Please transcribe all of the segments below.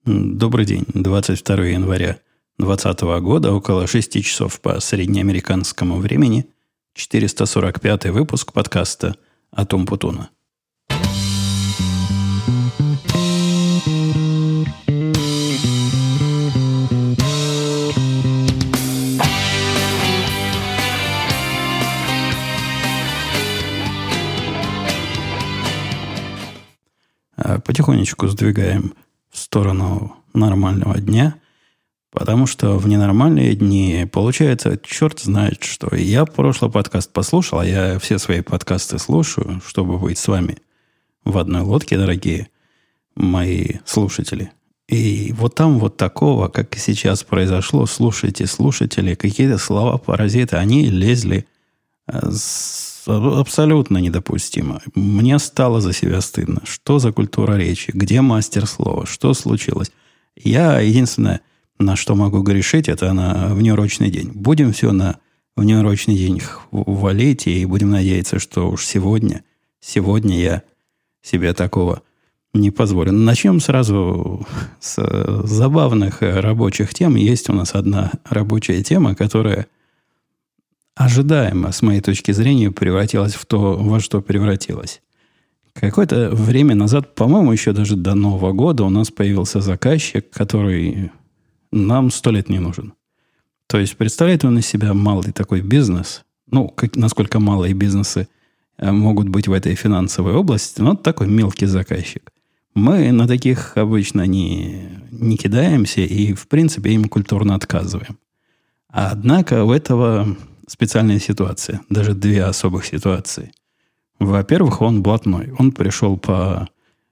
Добрый день. 22 января 2020 года, около 6 часов по среднеамериканскому времени, 445 выпуск подкаста «Атом Путуна». Потихонечку сдвигаем в сторону нормального дня, потому что в ненормальные дни получается черт знает что. Я прошлый подкаст послушал, а я все свои подкасты слушаю, чтобы быть с вами в одной лодке, дорогие мои слушатели. И вот там вот такого, как и сейчас произошло, слушайте, слушатели, какие-то слова-паразиты, они лезли абсолютно недопустимо. Мне стало за себя стыдно. Что за культура речи? Где мастер слова? Что случилось? Я единственное, на что могу грешить, это на внеурочный день. Будем все на внеурочный день валить, и будем надеяться, что уж сегодня я себе такого не позволю. Начнем сразу с забавных рабочих тем. Есть у нас одна рабочая тема, которая ожидаемо, с моей точки зрения, превратилась в то, во что превратилась. Какое-то время назад, по-моему, еще даже до Нового года у нас появился заказчик, который нам 100 лет не нужен. То есть представляет он из себя малый такой бизнес, насколько малые бизнесы могут быть в этой финансовой области, но такой мелкий заказчик. Мы на таких обычно не кидаемся и, в принципе, им культурно отказываем. Однако у этого специальная ситуация, даже две особых ситуации. Во-первых, он блатной. Он пришел по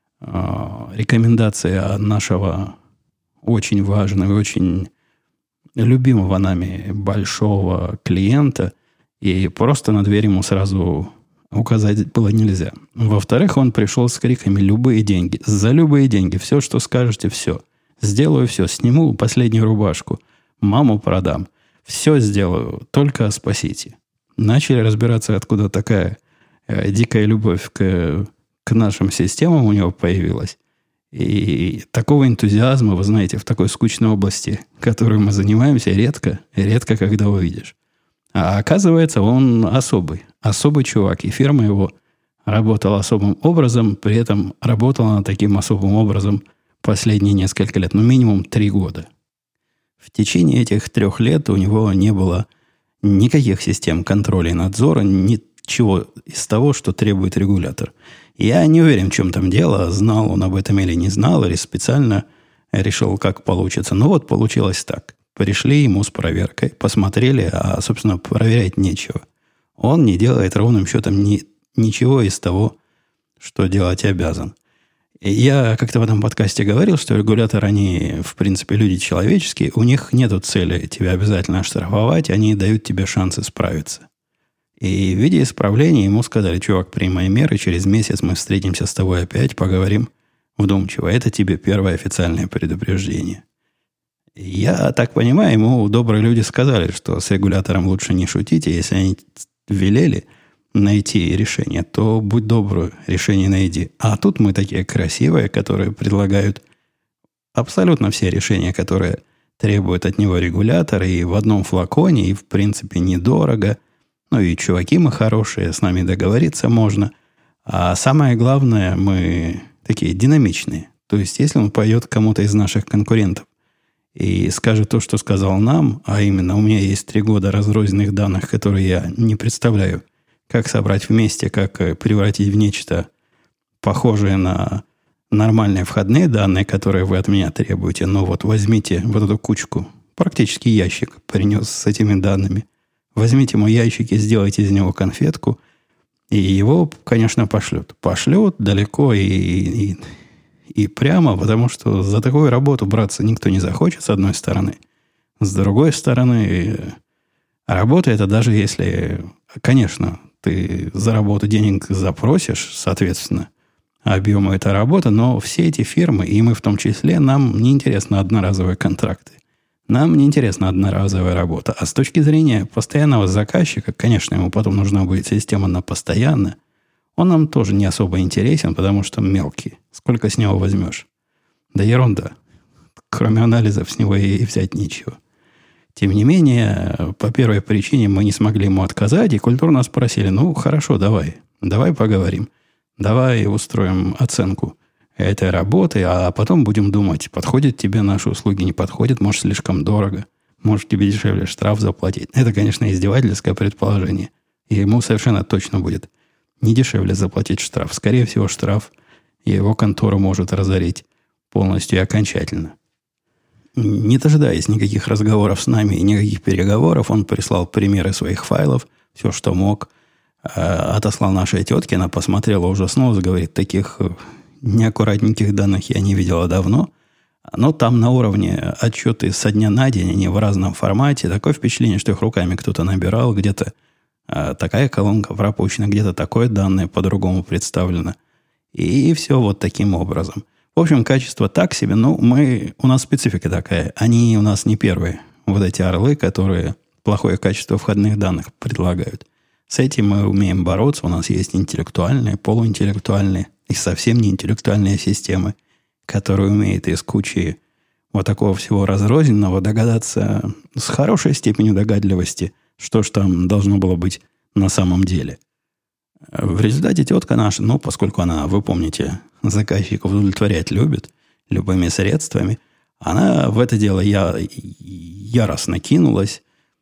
рекомендации нашего очень важного и очень любимого нами большого клиента, и просто на дверь ему сразу указать было нельзя. Во-вторых, он пришел с криками «любые деньги». За любые деньги. Все, что скажете, все. Сделаю все. Сниму последнюю рубашку. Маму продам. Все сделаю, только спасите. Начали разбираться, откуда такая дикая любовь к нашим системам у него появилась. И такого энтузиазма, вы знаете, в такой скучной области, которой мы занимаемся, редко когда увидишь. А оказывается, он особый чувак. И фирма его работала особым образом, при этом работала она таким особым образом последние несколько лет, минимум 3 года. В течение этих 3 лет у него не было никаких систем контроля и надзора, ничего из того, что требует регулятор. Я не уверен, в чем там дело, знал он об этом или не знал, или специально решил, как получится. Но вот получилось так. Пришли ему с проверкой, посмотрели, а, собственно, проверять нечего. Он не делает ровным счетом ничего из того, что делать обязан. Я как-то в этом подкасте говорил, что регуляторы, они, в принципе, люди человеческие, у них нет цели тебя обязательно оштрафовать, они дают тебе шансы справиться. И в виде исправления ему сказали: чувак, принимай меры, через месяц мы встретимся с тобой опять, поговорим вдумчиво. Это тебе первое официальное предупреждение. Я так понимаю, ему добрые люди сказали, что с регулятором лучше не шутите, если они велели найти решение, то будь добрый, решение найди. А тут мы такие красивые, которые предлагают абсолютно все решения, которые требуют от него регулятор, и в одном флаконе, и в принципе недорого. И чуваки мы хорошие, с нами договориться можно. А самое главное, мы такие динамичные. То есть, если он пойдет к кому-то из наших конкурентов и скажет то, что сказал нам, а именно, у меня есть 3 года разрозненных данных, которые я не представляю, как собрать вместе, как превратить в нечто похожее на нормальные входные данные, которые вы от меня требуете. Но вот возьмите вот эту кучку, практически ящик принес с этими данными. Возьмите мой ящик и сделайте из него конфетку, и его, конечно, пошлют. Пошлют далеко и прямо, потому что за такую работу браться никто не захочет, с одной стороны. С другой стороны, работа это даже если, конечно, ты за работу денег запросишь, соответственно, объему этой работы, но все эти фирмы, и мы в том числе, нам не интересны одноразовые контракты. Нам не интересна одноразовая работа. А с точки зрения постоянного заказчика, конечно, ему потом нужна будет система на постоянно, он нам тоже не особо интересен, потому что мелкий. Сколько с него возьмешь? Да ерунда. кроме анализов с него и взять нечего. Тем не менее, по первой причине мы не смогли ему отказать, и культурно спросили, ну, хорошо, давай поговорим. Давай устроим оценку этой работы, а потом будем думать, подходят тебе наши услуги, не подходят, может, слишком дорого, может, тебе дешевле штраф заплатить. Это, конечно, издевательское предположение. И ему совершенно точно будет не дешевле заплатить штраф. Скорее всего, штраф и его контору может разорить полностью и окончательно. Не дожидаясь никаких разговоров с нами и никаких переговоров, он прислал примеры своих файлов, все, что мог, отослал нашей тетке, она посмотрела, ужаснулась, говорит, таких неаккуратненьких данных я не видела давно, но там на уровне отчеты со дня на день, они в разном формате, такое впечатление, что их руками кто-то набирал, где-то такая колонка пропущена, где-то такое данное по-другому представлено. И все вот таким образом. В общем, качество так себе, но у нас специфика такая. Они у нас не первые, вот эти орлы, которые плохое качество входных данных предлагают. С этим мы умеем бороться. У нас есть интеллектуальные, полуинтеллектуальные и совсем не интеллектуальные системы, которые умеют из кучи вот такого всего разрозненного догадаться с хорошей степенью догадливости, что ж там должно было быть на самом деле. В результате тетка наша, поскольку она, вы помните, заказчиков удовлетворять любит любыми средствами, она в это дело яростно кинулась,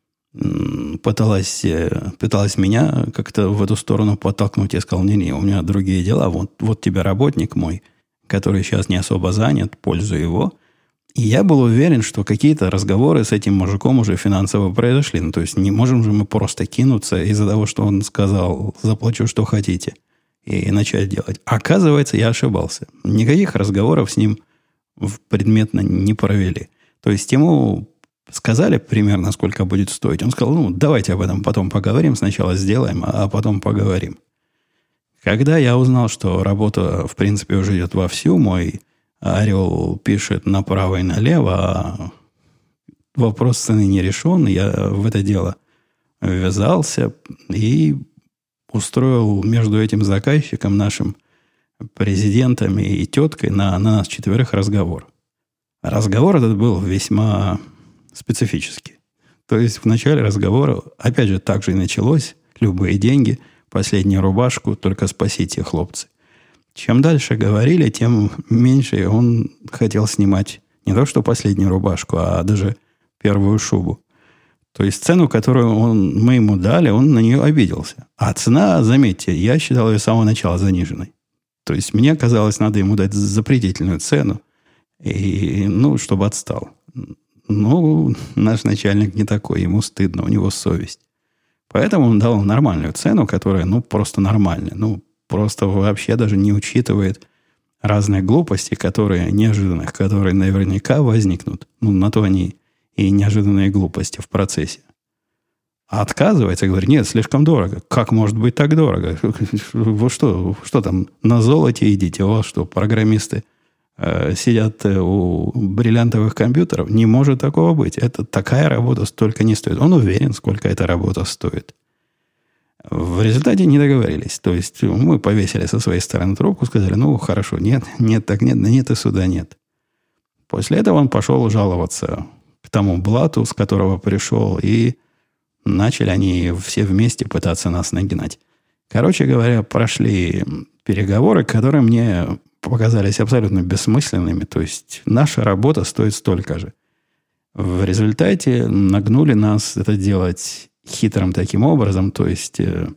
пыталась меня как-то в эту сторону подтолкнуть. Я сказал, не, у меня другие дела. Вот тебе работник мой, который сейчас не особо занят, пользуй его. И я был уверен, что какие-то разговоры с этим мужиком уже финансово произошли. То есть не можем же мы просто кинуться из-за того, что он сказал, заплачу, что хотите, и начать делать. Оказывается, я ошибался. Никаких разговоров с ним предметно не провели. То есть ему сказали примерно, сколько будет стоить. Он сказал, давайте об этом потом поговорим. Сначала сделаем, а потом поговорим. Когда я узнал, что работа, в принципе, уже идет вовсю, мой орел пишет направо и налево, а вопрос цены не решен, я в это дело ввязался и устроил между этим заказчиком, нашим президентом и теткой на нас четверых разговор. Разговор этот был весьма специфический. То есть в начале разговора, опять же, так же и началось. Любые деньги, последнюю рубашку, только спасите, хлопцы. Чем дальше говорили, тем меньше он хотел снимать не то что последнюю рубашку, а даже первую шубу. То есть цену, которую мы ему дали, он на нее обиделся. А цена, заметьте, я считал ее с самого начала заниженной. То есть мне казалось, надо ему дать запретительную цену, и, чтобы отстал. Наш начальник не такой, ему стыдно, у него совесть. Поэтому он дал нормальную цену, которая, просто нормальная. Просто вообще даже не учитывает разные глупости, неожиданных, которые наверняка возникнут. На то они и неожиданные глупости в процессе. А отказывается, говорит, нет, слишком дорого. Как может быть так дорого? Вы что там, на золоте идите? У вас что, программисты сидят у бриллиантовых компьютеров? Не может такого быть. Это такая работа столько не стоит. Он уверен, сколько эта работа стоит. В результате не договорились. То есть мы повесили со своей стороны трубку, сказали, хорошо, нет, так нет, да нет и сюда нет. После этого он пошел жаловаться к тому блату, с которого пришел, и начали они все вместе пытаться нас нагнать. Короче говоря, прошли переговоры, которые мне показались абсолютно бессмысленными. То есть наша работа стоит столько же. В результате нагнули нас это делать хитрым таким образом, то есть,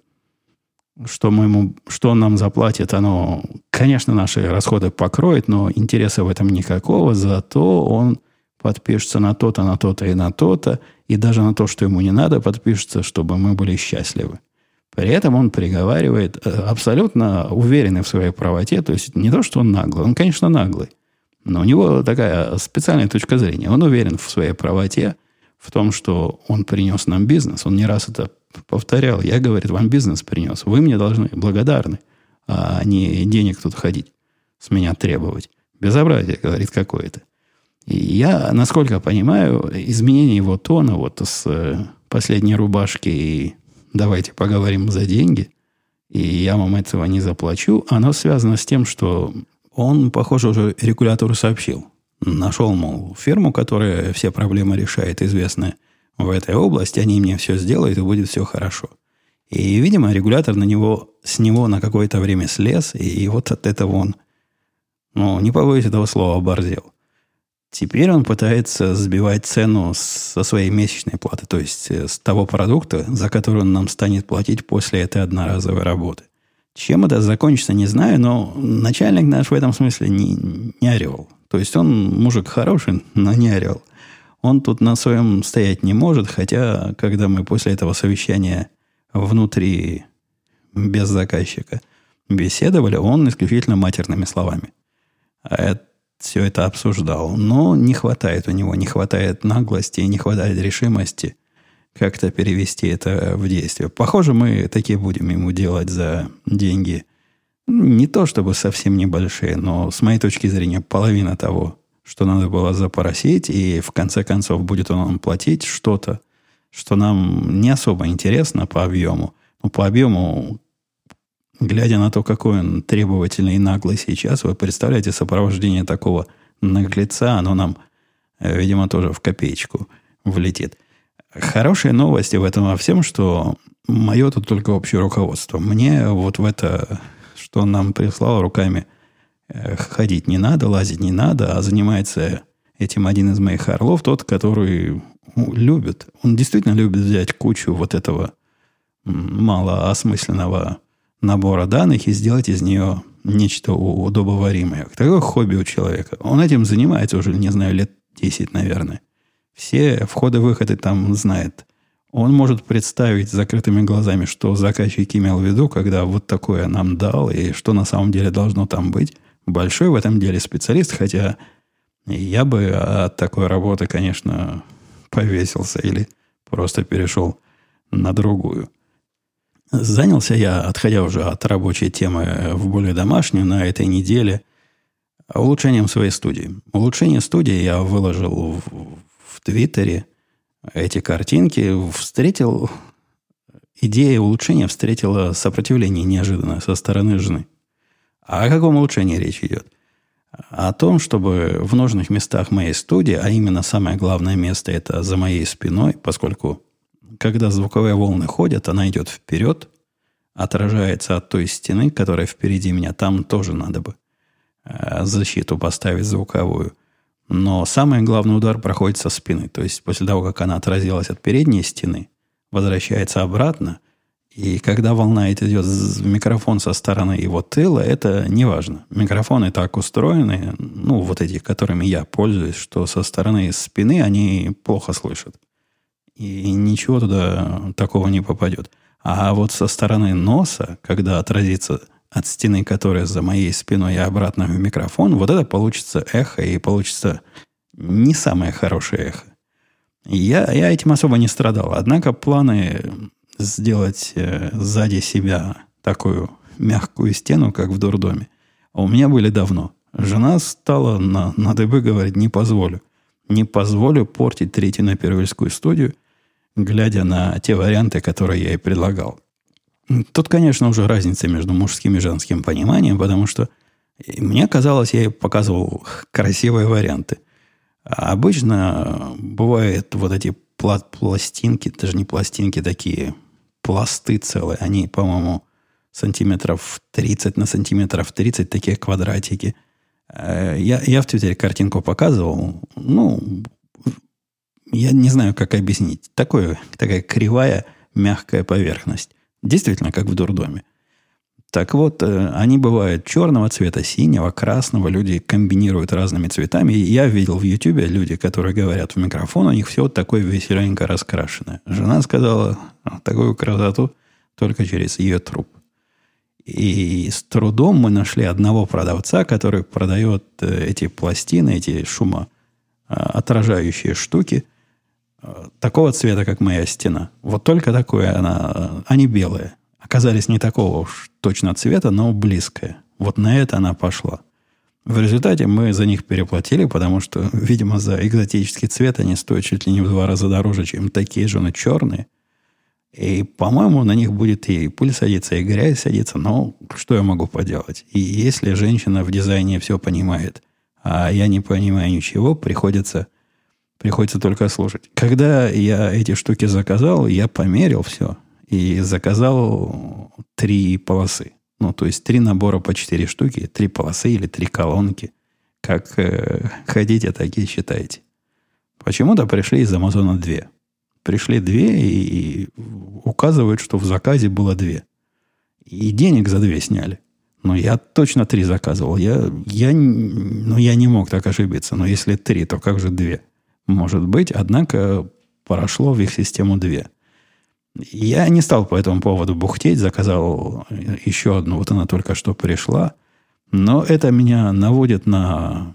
что он нам заплатит, оно, конечно, наши расходы покроет, но интереса в этом никакого, зато он подпишется на то-то, на то-то и на то-то, и даже на то, что ему не надо, подпишется, чтобы мы были счастливы. При этом он приговаривает, абсолютно уверенный в своей правоте, то есть не то, что он наглый, он, конечно, наглый, но у него такая специальная точка зрения, он уверен в своей правоте, в том, что он принес нам бизнес. Он не раз это повторял. Я, говорит, вам бизнес принес. Вы мне должны благодарны, а не денег тут ходить, с меня требовать. Безобразие, говорит, какое-то. И я, насколько понимаю, изменение его тона с последней рубашки и давайте поговорим за деньги, и я вам этого не заплачу, оно связано с тем, что он, похоже, уже регулятору сообщил, Нашел, мол, фирму, которая все проблемы решает, известная в этой области. Они мне все сделают, и будет все хорошо. И, видимо, регулятор с него на какое-то время слез, и вот от этого он, не побоюсь этого слова, оборзел. Теперь он пытается сбивать цену со своей месячной платы, то есть с того продукта, за который он нам станет платить после этой одноразовой работы. Чем это закончится, не знаю, но начальник наш в этом смысле не орел. То есть он мужик хороший, но не орел. Он тут на своем стоять не может, хотя, когда мы после этого совещания внутри, без заказчика, беседовали, он исключительно матерными словами все это обсуждал. Но не хватает у него, не хватает наглости, не хватает решимости как-то перевести это в действие. Похоже, мы такие будем ему делать за деньги. Не то чтобы совсем небольшие, но с моей точки зрения половина того, что надо было запоросить, и в конце концов будет он нам платить что-то, что нам не особо интересно по объему. Но по объему, глядя на то, какой он требовательный и наглый сейчас, вы представляете, сопровождение такого наглеца, оно нам, видимо, тоже в копеечку влетит. Хорошие новости в этом во всем, что мое тут только общее руководство. Мне вот в это, что он нам прислал, руками ходить не надо, лазить не надо, а занимается этим один из моих орлов, тот, который любит. Он действительно любит взять кучу вот этого малоосмысленного набора данных и сделать из нее нечто удобоваримое. Такое хобби у человека. Он этим занимается уже, не знаю, лет 10, наверное. Все входы-выходы там знает. Он может представить закрытыми глазами, что заказчик имел в виду, когда вот такое нам дал, и что на самом деле должно там быть. Большой в этом деле специалист, хотя я бы от такой работы, конечно, повесился или просто перешел на другую. Занялся я, отходя уже от рабочей темы в более домашнюю, на этой неделе улучшением своей студии. Улучшение студии я выложил в Твиттере. Эти картинки идея улучшения встретила сопротивление неожиданно со стороны жены. А о каком улучшении речь идет? О том, чтобы в нужных местах моей студии, а именно самое главное место это за моей спиной, поскольку когда звуковые волны ходят, она идет вперед, отражается от той стены, которая впереди меня. Там тоже надо бы защиту поставить звуковую. Но самый главный удар проходит со спины. То есть после того, как она отразилась от передней стены, возвращается обратно. И когда волна идет в микрофон со стороны его тыла, это не важно. Микрофоны так устроены, вот эти, которыми я пользуюсь, что со стороны спины они плохо слышат. И ничего туда такого не попадет. А вот со стороны носа, когда отразится от стены, которая за моей спиной, и обратно в микрофон, вот это получится эхо, и получится не самое хорошее эхо. Я этим особо не страдал. Однако планы сделать сзади себя такую мягкую стену, как в дурдоме, у меня были давно. Жена стала на дыбы говорить: не позволю. Не позволю портить Третью Напервильскую студию, глядя на те варианты, которые я ей предлагал. Тут, конечно, уже разница между мужским и женским пониманием, потому что мне казалось, я ей показывал красивые варианты. А обычно бывают вот эти пластинки, даже не пластинки, такие пласты целые. Они, по-моему, сантиметров 30 на сантиметров 30, такие квадратики. Я в Твиттере картинку показывал. Я не знаю, как объяснить. Такая кривая, мягкая поверхность. Действительно, как в дурдоме. Так вот, они бывают черного цвета, синего, красного. Люди комбинируют разными цветами. И я видел в Ютубе люди, которые говорят в микрофон, у них все вот такое веселенько раскрашенное. Жена сказала такую красоту только через ее труп. И с трудом мы нашли одного продавца, который продает эти пластины, эти шумоотражающие штуки, такого цвета, как моя стена. Вот только такое они белые. Оказались не такого уж точно цвета, но близкое. Вот на это она пошла. В результате мы за них переплатили, потому что, видимо, за экзотический цвет они стоят чуть ли не в 2 раза дороже, чем такие же, но черные. И, по-моему, на них будет и пыль садиться, и грязь садиться. Но что я могу поделать? И если женщина в дизайне все понимает, а я не понимаю ничего, приходится только слушать. Когда я эти штуки заказал, я померил все и заказал 3 полосы. Ну, то есть 3 набора по 4 штуки, 3 полосы или 3 колонки. Как хотите, так и считайте. Почему-то пришли из Амазона 2. Пришли 2 и указывают, что в заказе было 2. И денег за 2 сняли. Но я точно 3 заказывал. Я не мог так ошибиться. Но если 3, то как же 2? Может быть, однако прошло в их систему 2. Я не стал по этому поводу бухтеть, заказал еще одну, вот она только что пришла. Но это меня наводит на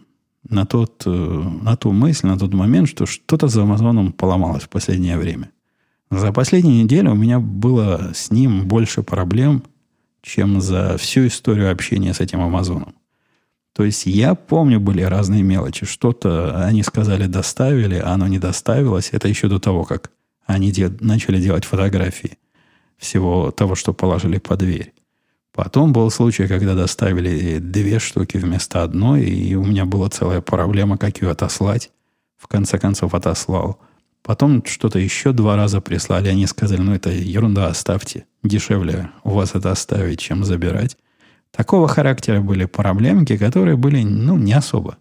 ту мысль, на тот момент, что что-то за Амазоном поломалось в последнее время. За последнюю неделю у меня было с ним больше проблем, чем за всю историю общения с этим Амазоном. То есть я помню, были разные мелочи. Что-то они сказали доставили, а оно не доставилось. Это еще до того, как они начали делать фотографии всего того, что положили под дверь. Потом был случай, когда доставили 2 штуки вместо одной, и у меня была целая проблема, как ее отослать. В конце концов отослал. Потом что-то еще 2 раза прислали. Они сказали, это ерунда, оставьте. Дешевле у вас это оставить, чем забирать. Такого характера были проблемки, которые были, не особо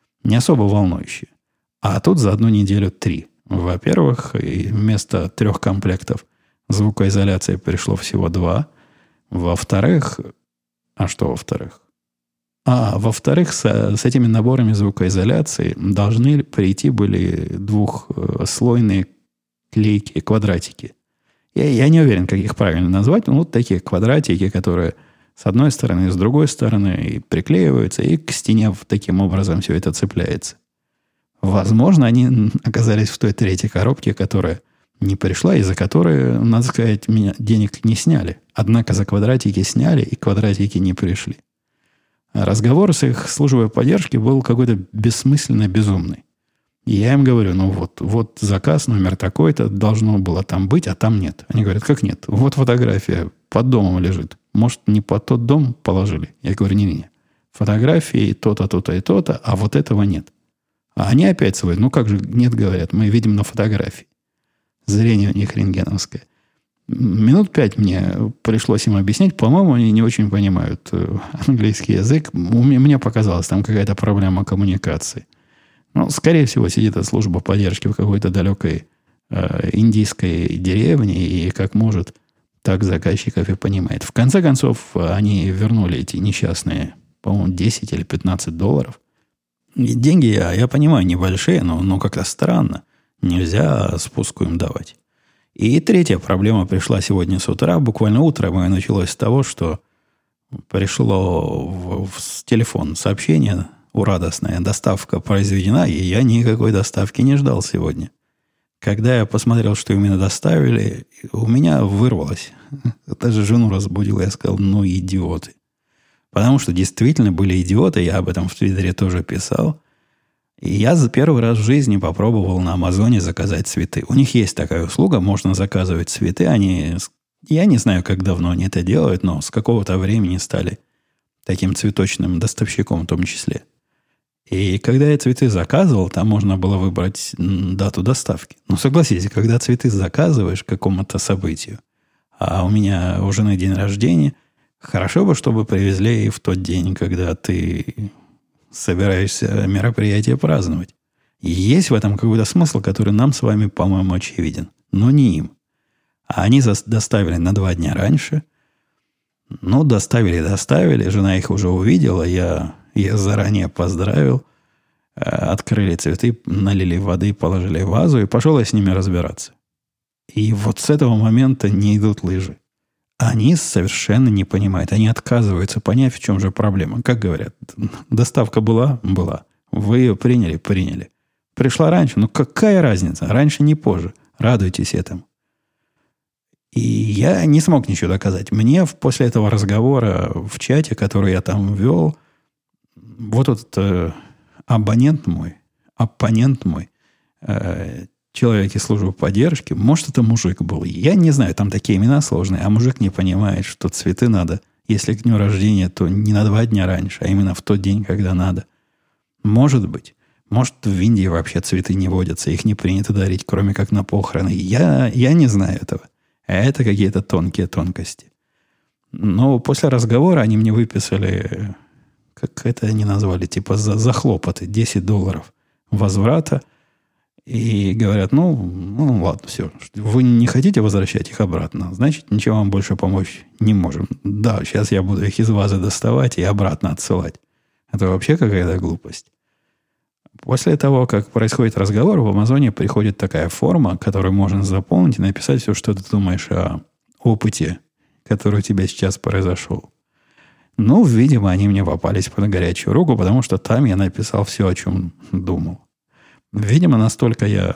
волнующие. А тут за одну неделю 3. Во-первых, вместо 3 комплектов звукоизоляции пришло всего 2. Во-вторых, что во-вторых? Во-вторых, с этими наборами звукоизоляции должны прийти были 2-слойные клейкие квадратики. Я не уверен, как их правильно назвать, но вот такие квадратики, которые с одной стороны и с другой стороны и приклеиваются, и к стене таким образом все это цепляется. Возможно, они оказались в той 3-й коробке, которая не пришла, и за которой, надо сказать, меня денег не сняли. Однако за квадратики сняли, и квадратики не пришли. Разговор с их службой поддержки был какой-то бессмысленно безумный. И я им говорю, вот заказ номер такой-то должно было там быть, а там нет. Они говорят, как нет? Вот фотография под домом лежит. Может, не под тот дом положили? Я говорю, не-не-не. Фотографии то-то, то-то и то-то, а вот этого нет. А они опять свои, как же нет, говорят, мы видим на фотографии. Зрение у них рентгеновское. Минут 5 мне пришлось им объяснять. По-моему, они не очень понимают английский язык. Мне показалось, там какая-то проблема коммуникации. Скорее всего, сидит эта служба поддержки в какой-то далекой индийской деревне и как может, так заказчиков и понимает. В конце концов, они вернули эти несчастные, по-моему, 10 или 15 долларов. И деньги, я понимаю, небольшие, но как-то странно. Нельзя спуску им давать. И 3-я проблема пришла сегодня с утра. Буквально утром и началось с того, что пришло в телефон сообщение радостное. Доставка произведена, и я никакой доставки не ждал сегодня. Когда я посмотрел, что именно доставили, у меня вырвалось. Даже жену разбудил, я сказал, идиоты. Потому что действительно были идиоты, я об этом в Твиттере тоже писал. И я за первый раз в жизни попробовал на Амазоне заказать цветы. У них есть такая услуга, можно заказывать цветы. Я не знаю, как давно они это делают, но с какого-то времени стали таким цветочным доставщиком в том числе. И когда я цветы заказывал, там можно было выбрать дату доставки. Согласитесь, когда цветы заказываешь к какому-то событию, а у меня у жены день рождения, хорошо бы, чтобы привезли и в тот день, когда ты собираешься мероприятие праздновать. И есть в этом какой-то смысл, который нам с вами, по-моему, очевиден. Но не им. А они доставили на 2 дня раньше. Доставили. Жена их уже увидела. Я заранее поздравил. Открыли цветы, налили воды, положили в вазу. И пошел я с ними разбираться. И вот с этого момента не идут лыжи. Они совершенно не понимают. Они отказываются понять, в чем же проблема. Как говорят, доставка была? Была. Вы ее приняли? Приняли. Пришла раньше? Какая разница? Раньше, не позже. Радуйтесь этому. И я не смог ничего доказать. Мне после этого разговора в чате, который я там вел, вот этот оппонент мой, человек из службы поддержки, может, это мужик был. Я не знаю, там такие имена сложные, а мужик не понимает, что цветы надо, если к дню рождения, то не на 2 дня раньше, а именно в тот день, когда надо. Может быть. Может, в Индии вообще цветы не водятся, их не принято дарить, кроме как на похороны. Я не знаю этого. А это какие-то тонкие тонкости. Но после разговора они мне выписали, как это они назвали, типа за хлопоты, $10 возврата. И говорят, ну ладно, все. Вы не хотите возвращать их обратно, значит, ничего вам больше помочь не можем. Да, сейчас я буду их из вазы доставать и обратно отсылать. Это вообще какая-то глупость. После того, как происходит разговор, в Амазоне приходит такая форма, которую можно заполнить и написать все, что ты думаешь о опыте, который у тебя сейчас произошел. Ну, видимо, они мне попались под горячую руку, потому что там я написал все, о чем думал. Видимо, настолько я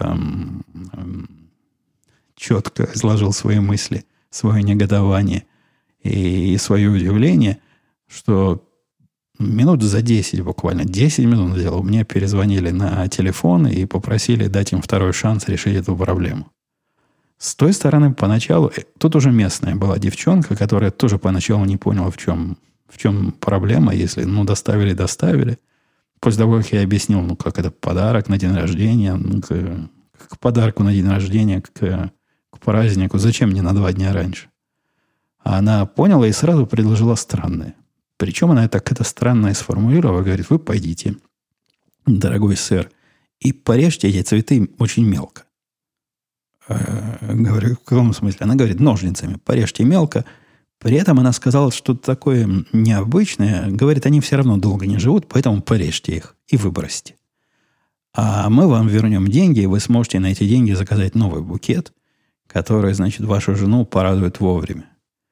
четко изложил свои мысли, свое негодование и свое удивление, что минут за 10 буквально, 10 минут сделал, мне перезвонили на телефон и попросили дать им второй шанс решить эту проблему. С той стороны, поначалу, тут уже местная была девчонка, которая тоже поначалу не поняла, в чем проблема, если, доставили. После того, как я объяснил, как это подарок на день рождения, к подарку на день рождения, к празднику, зачем мне на 2 дня раньше? А она поняла и сразу предложила странное. Причем она это странное сформулировала, говорит, вы пойдите, дорогой сэр, и порежьте эти цветы очень мелко. Говорю, в каком смысле? Она говорит, ножницами порежьте мелко. При этом она сказала что-то такое необычное. Говорит, они все равно долго не живут, поэтому порежьте их и выбросьте. А мы вам вернем деньги, и вы сможете на эти деньги заказать новый букет, который, значит, вашу жену порадует вовремя.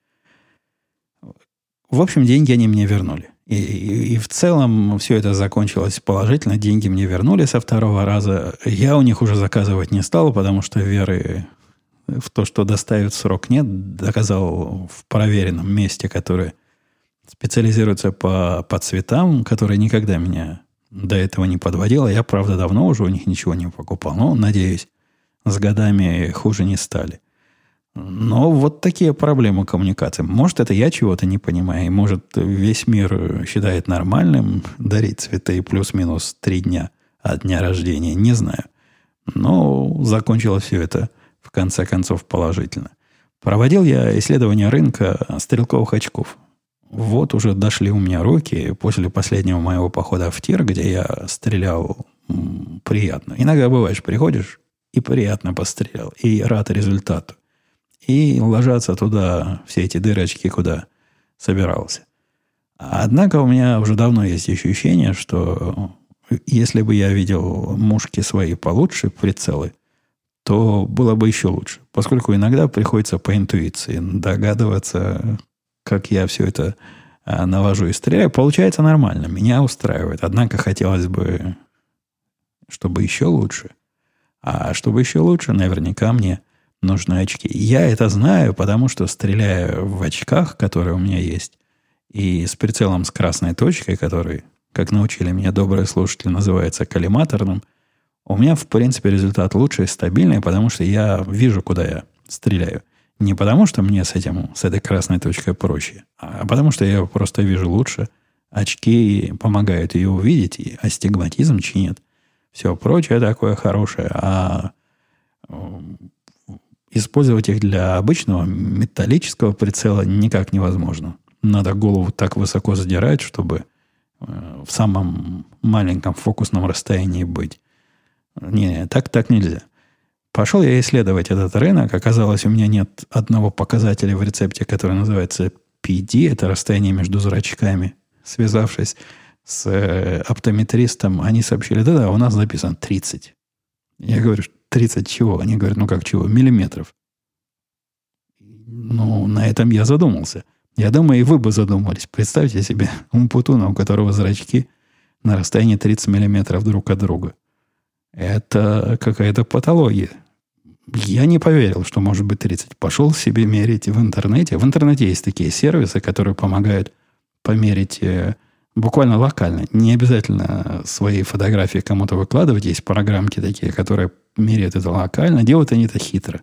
В общем, деньги они мне вернули. И в целом все это закончилось положительно. Деньги мне вернули со второго раза. Я у них уже заказывать не стал, потому что веры в то, что доставят в срок, нет. Доказал в проверенном месте, которое специализируется по цветам, которое никогда меня до этого не подводило. Я, правда, давно уже у них ничего не покупал. Но, надеюсь, с годами хуже не стали. Но вот такие проблемы коммуникации. Может, это я чего-то не понимаю. И может, весь мир считает нормальным дарить цветы плюс-минус 3 дня от дня рождения. Не знаю. Но закончилось все это в конце концов положительно. Проводил я исследование рынка стрелковых очков. Вот уже дошли у меня руки после последнего моего похода в тир, где я стрелял приятно. Иногда бываешь, приходишь и приятно пострелял, и рад результату. И ложатся туда все эти дырочки, куда собирался. Однако у меня уже давно есть ощущение, что если бы я видел мушки свои получше, прицелы, то было бы еще лучше. Поскольку иногда приходится по интуиции догадываться, как я все это навожу и стреляю. Получается нормально, меня устраивает. Однако хотелось бы, чтобы еще лучше. А чтобы еще лучше, наверняка мне нужны очки. Я это знаю, потому что стреляю в очках, которые у меня есть, и с прицелом с красной точкой, который, как научили меня добрые слушатели, называется коллиматорным, у меня, в принципе, результат лучше и стабильный, потому что я вижу, куда я стреляю. Не потому, что мне с этой красной точкой проще, а потому, что я просто вижу лучше. Очки помогают ее увидеть, и астигматизм чинит. Все прочее такое хорошее. А использовать их для обычного металлического прицела никак невозможно. Надо голову так высоко задирать, чтобы в самом маленьком фокусном расстоянии быть. Не, так нельзя. Пошел я исследовать этот рынок. Оказалось, у меня нет одного показателя в рецепте, который называется PD. Это расстояние между зрачками. Связавшись с оптометристом, они сообщили, да, у нас записано 30. Я говорю, 30 чего? Они говорят, как чего? Миллиметров. На этом я задумался. Я думаю, и вы бы задумались. Представьте себе умпутуна, у которого зрачки на расстоянии 30 миллиметров друг от друга. Это какая-то патология. Я не поверил, что может быть 30. Пошел себе мерить в интернете. В интернете есть такие сервисы, которые помогают померить буквально локально. Не обязательно свои фотографии кому-то выкладывать. Есть программки такие, которые меряют это локально. Делают они это хитро.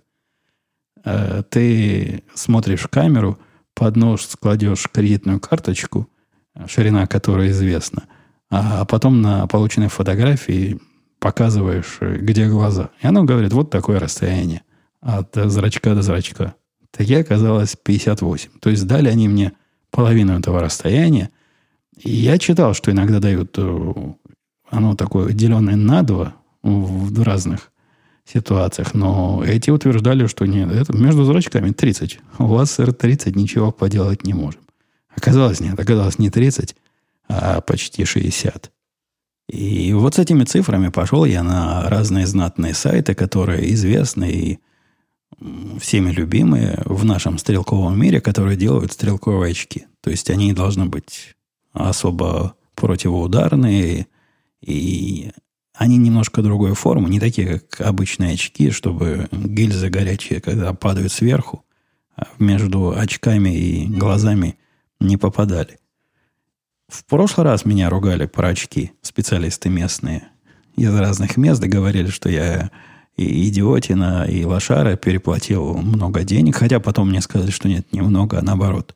Ты смотришь в камеру, под нож складешь кредитную карточку, ширина которой известна, а потом на полученной фотографии показываешь, где глаза. И оно говорит, вот такое расстояние от зрачка до зрачка. Таки оказалось 58. То есть дали они мне половину этого расстояния. И я читал, что иногда дают оно такое деленное на 2 в разных ситуациях. Но эти утверждали, что нет, это между зрачками 30. У вас, сэр, 30, ничего поделать не можем. Оказалось, нет. Оказалось не 30, а почти 60. И вот с этими цифрами пошел я на разные знатные сайты, которые известны и всеми любимые в нашем стрелковом мире, которые делают стрелковые очки. То есть они должны быть особо противоударные, и они немножко другой формы, не такие, как обычные очки, чтобы гильзы горячие, когда падают сверху, между очками и глазами не попадали. В прошлый раз меня ругали про очки специалисты местные из разных мест, и говорили, что я и идиотина, и лошара, переплатил много денег, хотя потом мне сказали, что нет, немного, а наоборот,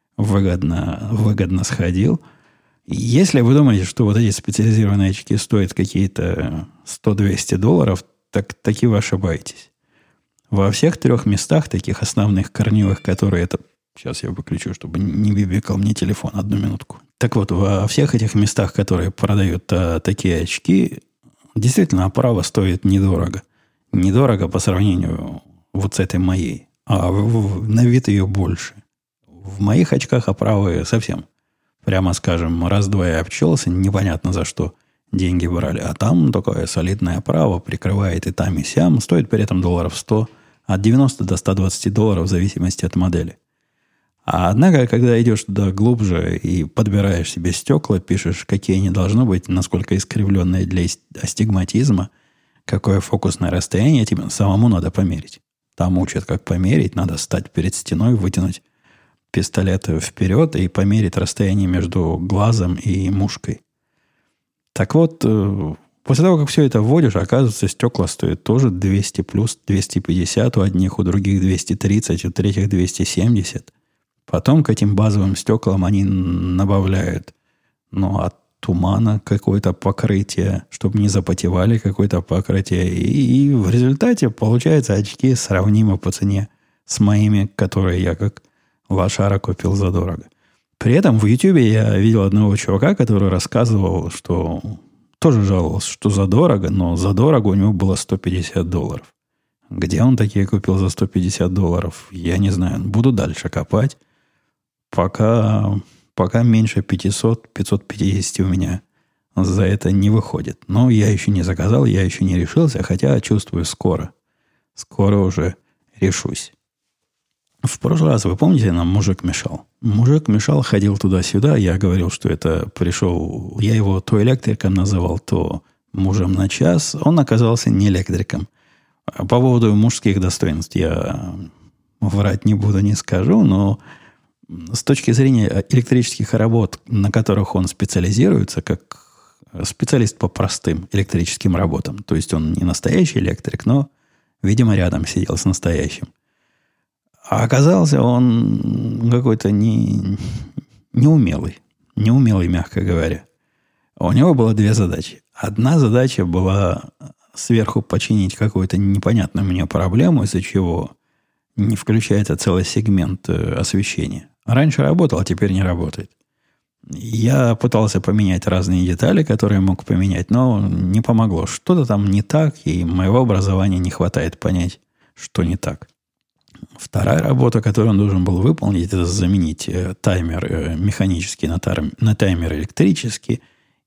выгодно сходил. Если вы думаете, что вот эти специализированные очки стоят какие-то $100-200, так таки вы ошибаетесь. Во всех 3 местах, таких основных корневых, которые это... Сейчас я выключу, чтобы не бибикал мне телефон. 1 минутку. Так вот, во всех этих местах, которые продают такие очки, действительно, оправа стоит недорого. Недорого по сравнению вот с этой моей. А на вид ее больше. В моих очках оправы совсем, прямо скажем, раз-два и обчелся, непонятно за что деньги брали. А там такая солидная оправа, прикрывает и там, и сям. Стоит при этом $100, от 90 до $120 в зависимости от модели. А однако, когда идешь туда глубже и подбираешь себе стекла, пишешь, какие они должны быть, насколько искривленные для астигматизма, какое фокусное расстояние, тебе самому надо померить. Там учат, как померить. Надо стать перед стеной, вытянуть пистолет вперед и померить расстояние между глазом и мушкой. Так вот, после того, как все это вводишь, оказывается, стекла стоят тоже 200 плюс, 250 у одних, у других 230, у третьих 270. Потом к этим базовым стеклам они добавляют, от тумана какое-то покрытие, чтобы не запотевали какое-то покрытие. И в результате получаются очки сравнимы по цене с моими, которые я как лошара купил задорого. При этом в Ютубе я видел одного чувака, который рассказывал, что тоже жаловался, что задорого, но задорого у него было $150. Где он такие купил за $150? Я не знаю. Буду дальше копать. Пока меньше 500, 550 у меня за это не выходит. Но я еще не заказал, я еще не решился, хотя чувствую скоро. Скоро уже решусь. В прошлый раз, вы помните, нам мужик мешал? Мужик мешал, ходил туда-сюда. Я говорил, что это пришел... Я его то электриком называл, то мужем на час. Он оказался не электриком. По поводу мужских достоинств я врать не буду, не скажу, но с точки зрения электрических работ, на которых он специализируется, как специалист по простым электрическим работам, то есть он не настоящий электрик, но, видимо, рядом сидел с настоящим. А оказался он какой-то неумелый, мягко говоря. У него было 2 задачи. Одна задача была сверху починить какую-то непонятную мне проблему, из-за чего не включается целый сегмент освещения. Раньше работал, а теперь не работает. Я пытался поменять разные детали, которые мог поменять, но не помогло. Что-то там не так, и моего образования не хватает понять, что не так. Вторая работа, которую он должен был выполнить, это заменить таймер механический на таймер электрический.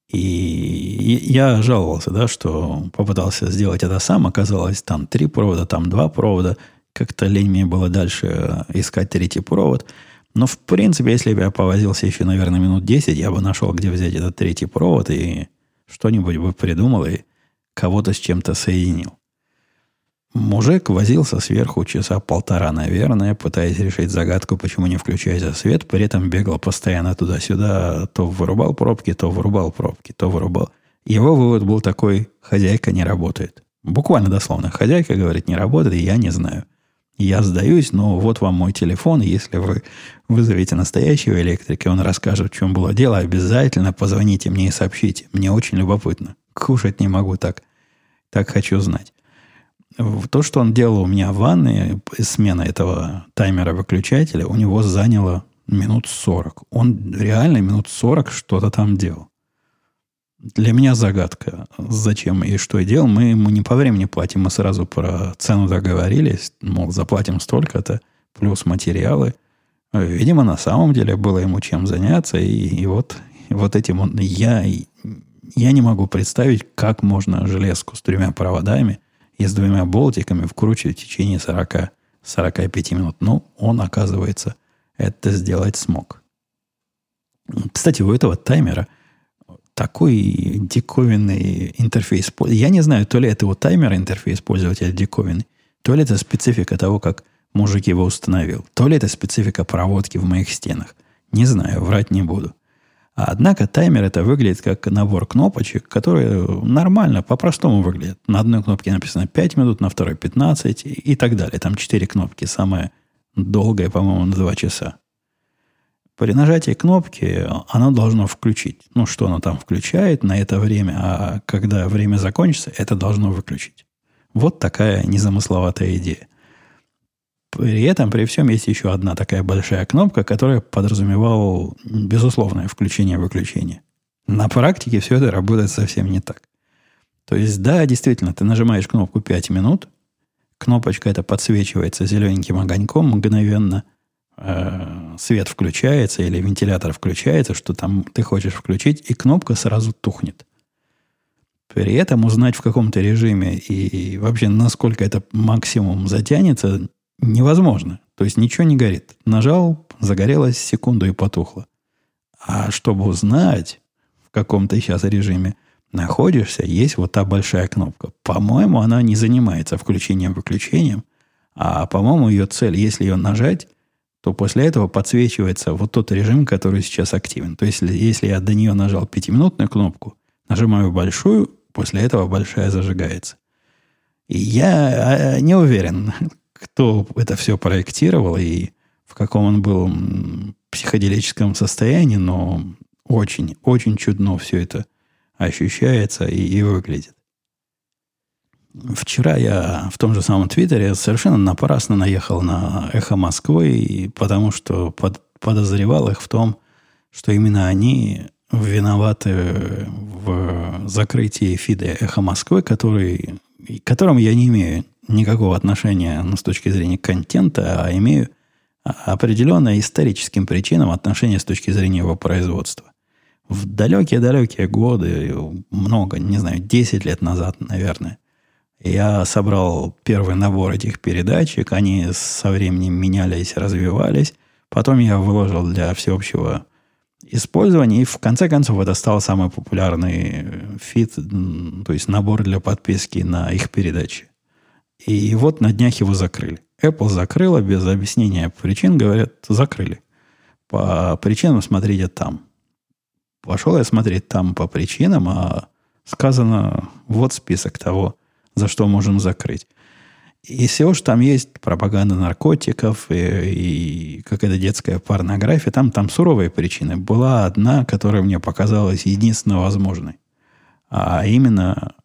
И я жаловался, да, что попытался сделать это сам. Оказалось, там 3 провода, там 2 провода. Как-то лень мне было дальше искать 3-й провод. Но, в принципе, если бы я повозился еще, наверное, минут 10, я бы нашел, где взять этот 3-й провод и что-нибудь бы придумал и кого-то с чем-то соединил. Мужик возился сверху часа 1,5, наверное, пытаясь решить загадку, почему не включается свет, при этом бегал постоянно туда-сюда, то вырубал пробки, то вырубал пробки, то вырубал. Его вывод был такой: хозяйка не работает. Буквально дословно. Хозяйка говорит, не работает, и я не знаю. Я сдаюсь, но вот вам мой телефон. Если вы вызовете настоящего электрика, и он расскажет, в чем было дело, обязательно позвоните мне и сообщите. Мне очень любопытно. Кушать не могу так. Так хочу знать. То, что он делал у меня в ванной, смена этого таймера-выключателя, у него заняло минут 40. Он реально минут 40 что-то там делал. Для меня загадка, зачем и что я делал. Мы ему не по времени платим, мы сразу про цену договорились. Мол, заплатим столько-то, плюс материалы. Видимо, на самом деле было ему чем заняться. И вот этим он... Я не могу представить, как можно железку с 3 проводами и с 2 болтиками вкручивать в течение 40-45 минут. Ну, он, оказывается, это сделать смог. Кстати, у этого таймера такой диковинный интерфейс. Я не знаю, то ли это у таймера интерфейс пользователя диковинный, то ли это специфика того, как мужик его установил, то ли это специфика проводки в моих стенах. Не знаю, врать не буду. Однако таймер это выглядит как набор кнопочек, которые нормально, по-простому выглядят. На одной кнопке написано 5 минут, на второй 15 и так далее. Там 4 кнопки, самая долгая, по-моему, на 2 часа. При нажатии кнопки оно должно включить. Ну, что оно там включает на это время, а когда время закончится, это должно выключить. Вот такая незамысловатая идея. При этом, при всем, есть еще одна такая большая кнопка, которая подразумевала безусловное включение-выключение. На практике все это работает совсем не так. То есть, да, действительно, ты нажимаешь кнопку 5 минут, кнопочка эта подсвечивается зелененьким огоньком мгновенно, свет включается или вентилятор включается, что там ты хочешь включить, и кнопка сразу тухнет. При этом узнать в каком-то режиме и вообще насколько это максимум затянется невозможно. То есть ничего не горит. Нажал, загорелось секунду и потухло. А чтобы узнать, в каком ты сейчас режиме находишься, есть вот та большая кнопка. По-моему, она не занимается включением-выключением, а, по-моему, ее цель, если ее нажать, то после этого подсвечивается вот тот режим, который сейчас активен. То есть, если я до нее нажал 5-минутную кнопку, нажимаю большую, после этого большая зажигается. И я не уверен, кто это все проектировал и в каком он был психоделическом состоянии, но очень, очень чудно все это ощущается и выглядит. Вчера я в том же самом Твиттере совершенно напрасно наехал на «Эхо Москвы», потому что подозревал их в том, что именно они виноваты в закрытии фида «Эхо Москвы», к которому я не имею никакого отношения с точки зрения контента, а имею определенное историческим причинам отношение с точки зрения его производства. В далекие-далекие годы, много, не знаю, 10 лет назад, наверное, я собрал первый набор этих передачек, они со временем менялись, развивались. Потом я выложил для всеобщего использования, и в конце концов это стал самый популярный фид, то есть набор для подписки на их передачи. И вот на днях его закрыли. Apple закрыла без объяснения причин, говорят, закрыли. По причинам смотрите там. Пошел я смотреть там по причинам, а сказано, вот список того, за что можем закрыть. И всего, что там есть пропаганда наркотиков и какая-то детская порнография, там суровые причины. Была одна, которая мне показалась единственно возможной. А именно,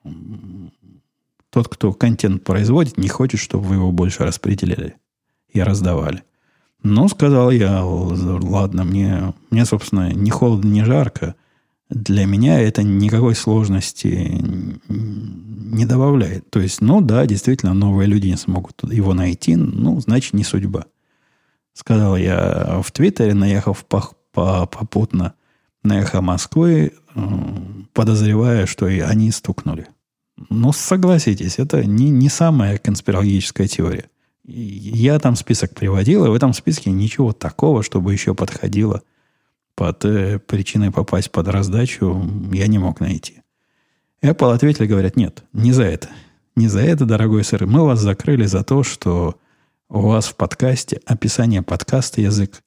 тот, кто контент производит, не хочет, чтобы вы его больше распределяли и раздавали. Ну, сказал я, ладно, мне, собственно, ни холодно, ни жарко. Для меня это никакой сложности не добавляет. То есть, ну да, действительно, новые люди не смогут его найти, ну, значит, не судьба. Сказал я в Твиттере, наехав попутно на «Эхо Москвы», подозревая, что и они стукнули. Ну, согласитесь, это не самая конспирологическая теория. Я там список приводил, и в этом списке ничего такого, чтобы еще подходило под причиной попасть под раздачу, я не мог найти. Apple ответили, говорят, нет, не за это. Не за это, дорогой сэр. Мы вас закрыли за то, что у вас в подкасте описание подкаста язык,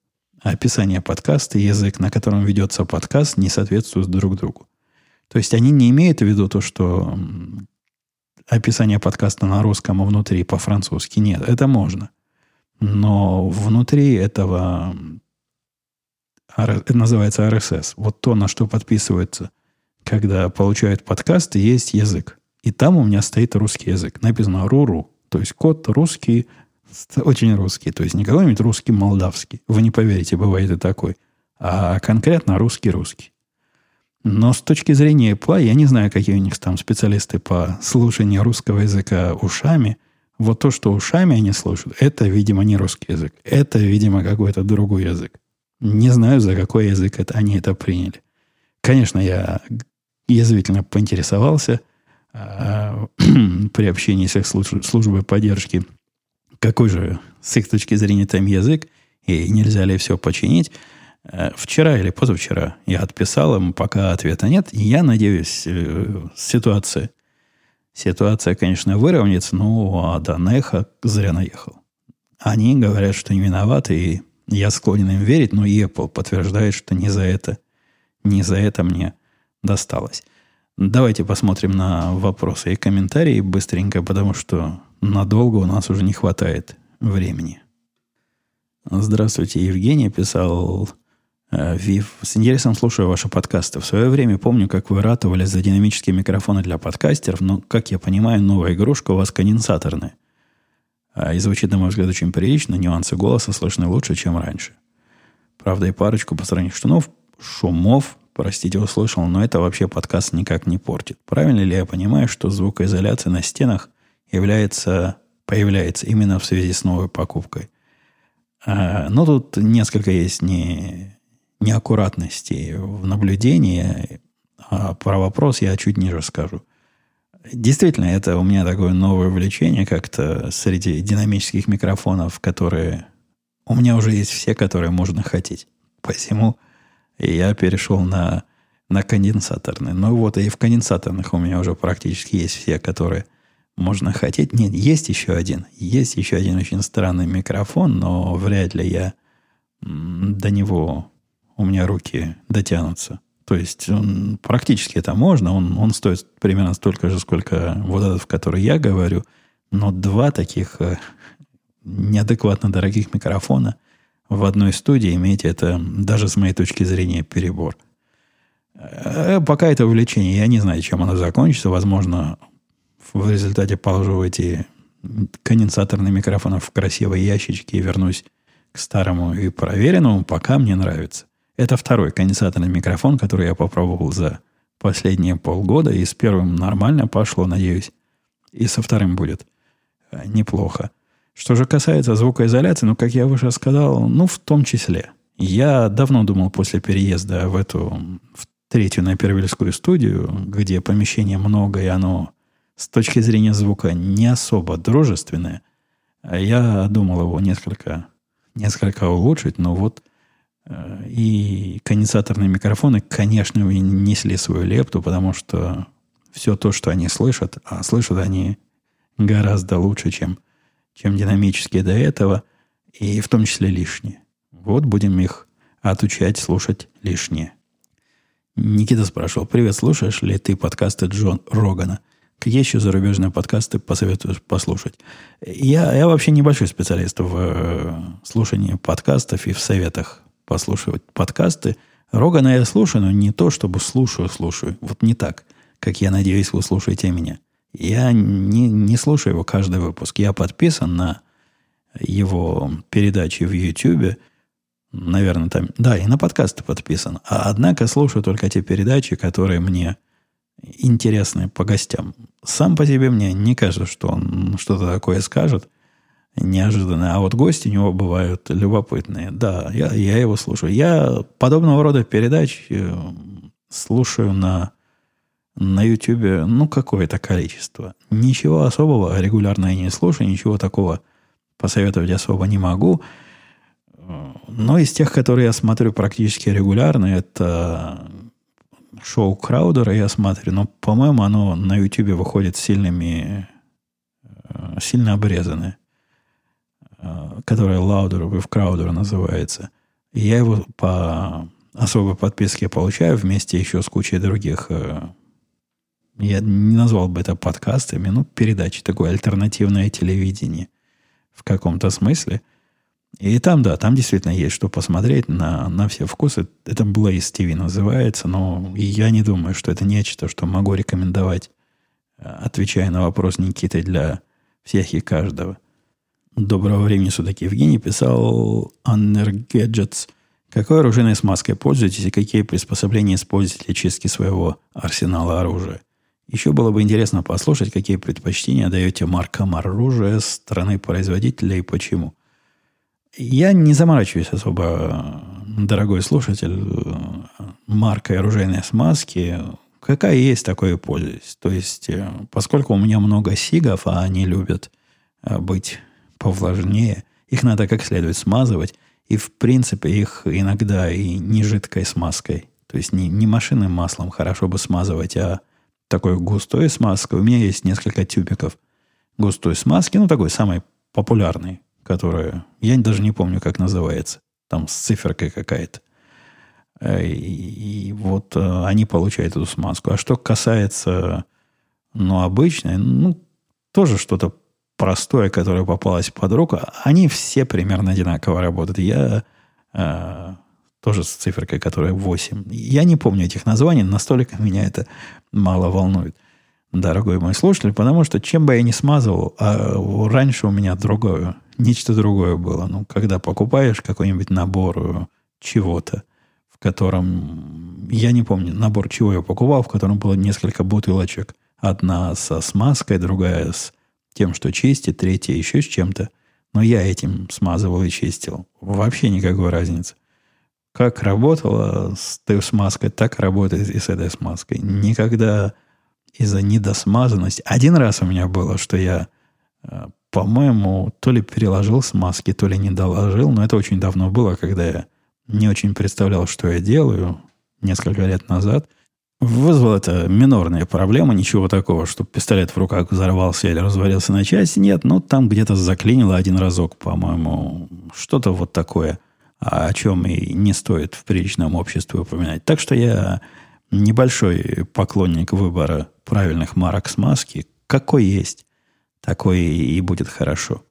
на котором ведется подкаст, не соответствуют друг другу. То есть они не имеют в виду то, что описание подкаста на русском, а внутри по-французски. Нет, это можно. Но внутри этого, это называется RSS, вот то, на что подписываются, когда получают подкасты, есть язык. И там у меня стоит русский язык. Написано «руру». То есть код русский, очень русский. То есть не какой-нибудь русский молдавский. Вы не поверите, бывает и такой. А конкретно русский-русский. Но с точки зрения Apple, я не знаю, какие у них там специалисты по слушанию русского языка ушами. Вот то, что ушами они слушают, это, видимо, не русский язык. Это, видимо, какой-то другой язык. Не знаю, за какой язык они это приняли. Конечно, я язвительно поинтересовался при общении с их службой поддержки, какой же с их точки зрения там язык, и нельзя ли все починить. Вчера или позавчера я отписал им, пока ответа нет. И я надеюсь, ситуация, конечно, выровняется, но да, на эхо зря наехал. Они говорят, что не виноваты, и я склонен им верить, но и Apple подтверждает, что не за это мне досталось. Давайте посмотрим на вопросы и комментарии быстренько, потому что надолго у нас уже не хватает времени. Здравствуйте, Евгений писал... Вив, с интересом слушаю ваши подкасты. В свое время помню, как вы ратовали за динамические микрофоны для подкастеров, но, как я понимаю, новая игрушка у вас конденсаторная. И звучит, на мой взгляд, очень прилично. Нюансы голоса слышны лучше, чем раньше. Правда, и парочку посторонних шумов, простите, услышал, но это вообще подкаст никак не портит. Правильно ли я понимаю, что звукоизоляция на стенах появляется именно в связи с новой покупкой? Но тут несколько есть неаккуратности в наблюдении, а про вопрос я чуть ниже скажу. Действительно, это у меня такое новое увлечение как-то среди динамических микрофонов, которые... У меня уже есть все, которые можно хотеть. Посему я перешел на конденсаторные. Ну вот и в конденсаторных у меня уже практически есть все, которые можно хотеть. Нет, есть еще один. Есть еще один очень странный микрофон, но вряд ли я до него... У меня руки дотянутся. То есть практически это можно. Он стоит примерно столько же, сколько вот этот, в который я говорю. Но два таких неадекватно дорогих микрофона в одной студии иметь, это даже с моей точки зрения перебор. Пока это увлечение. Я не знаю, чем оно закончится. Возможно, в результате положу эти конденсаторные микрофоны в красивые ящички и вернусь к старому и проверенному. Пока мне нравится. Это второй конденсаторный микрофон, который я попробовал за последние полгода. И с первым нормально пошло, надеюсь. И со вторым будет неплохо. Что же касается звукоизоляции, ну, как я уже сказал, ну, в том числе. Я давно думал после переезда в третью на Первильскую студию, где помещения много, и оно с точки зрения звука не особо дружественное. Я думал его несколько улучшить, но вот и конденсаторные микрофоны, конечно, несли свою лепту, потому что все то, что они слышат, а слышат они гораздо лучше, чем динамические до этого, и в том числе лишние. Вот будем их отучать слушать лишнее. Никита спрашивал: привет, слушаешь ли ты подкасты Джо Рогана? Какие еще зарубежные подкасты посоветуешь послушать? Я вообще небольшой специалист в слушании подкастов и в советах послушивать подкасты. Рогана я слушаю, но не то, чтобы слушаю. Вот не так, как я надеюсь, вы слушаете меня. Я не слушаю его каждый выпуск. Я подписан на его передачи в YouTube. Наверное, там... Да, и на подкасты подписан. Однако слушаю только те передачи, которые мне интересны по гостям. Сам по себе мне не кажется, что он что-то такое скажет неожиданно. А вот гости у него бывают любопытные. Да, я его слушаю. Я подобного рода передач слушаю на YouTube, ну, какое-то количество. Ничего особого регулярно я не слушаю, ничего такого посоветовать особо не могу. Но из тех, которые я смотрю практически регулярно, это шоу Краудера я смотрю, но, по-моему, оно на YouTube выходит сильно обрезанное, которое Louder with Crowder называется. И я его по особой подписке получаю вместе еще с кучей других Я не назвал бы это подкастами, но передачи, такое альтернативное телевидение в каком-то смысле. И там, да, там действительно есть что посмотреть на все вкусы. Это Blaze TV называется, но я не думаю, что это нечто, что могу рекомендовать, отвечая на вопрос Никиты для всех и каждого. Доброго времени суток, Евгений. Писал Anner Gadgets. Какой оружейной смазкой пользуетесь и какие приспособления используете для чистки своего арсенала оружия? Еще было бы интересно послушать, какие предпочтения даете маркам оружия, страны-производителя и почему. Я не заморачиваюсь особо, дорогой слушатель, маркой оружейной смазки. Какая есть, такой и пользуюсь. То есть, поскольку у меня много сигов, а они любят быть повлажнее, их надо как следует смазывать. И, в принципе, их иногда и не жидкой смазкой. То есть, не машинным маслом хорошо бы смазывать, а такой густой смазкой. У меня есть несколько тюбиков густой смазки, ну, такой самой популярной, которая, я даже не помню, как называется. Там с циферкой какая-то. И вот они получают эту смазку. А что касается, обычной, тоже что-то простое, которое попалось под руку, они все примерно одинаково работают. Я тоже с циферкой, которая 8. Я не помню этих названий, настолько меня это мало волнует, дорогой мой слушатель, потому что чем бы я ни смазывал, раньше у меня нечто другое было. Когда покупаешь какой-нибудь набор чего-то, в котором, я не помню, набор чего я покупал, в котором было несколько бутылочек. Одна со смазкой, другая с тем, что чистит, третья еще с чем-то. Но я этим смазывал и чистил. Вообще никакой разницы. Как работала с той смазкой, так работает и с этой смазкой. Никогда из-за недосмазанности. Один раз у меня было, что я, по-моему, то ли переложил смазки, то ли не доложил. Но это очень давно было, когда я не очень представлял, что я делаю, несколько лет назад. Вызвало это минорные проблемы, ничего такого, что пистолет в руках взорвался или развалился на части. Нет, там где-то заклинило один разок, по-моему, что-то вот такое, о чем и не стоит в приличном обществе упоминать. Так что я небольшой поклонник выбора правильных марок смазки. Какой есть, такой и будет хорошо.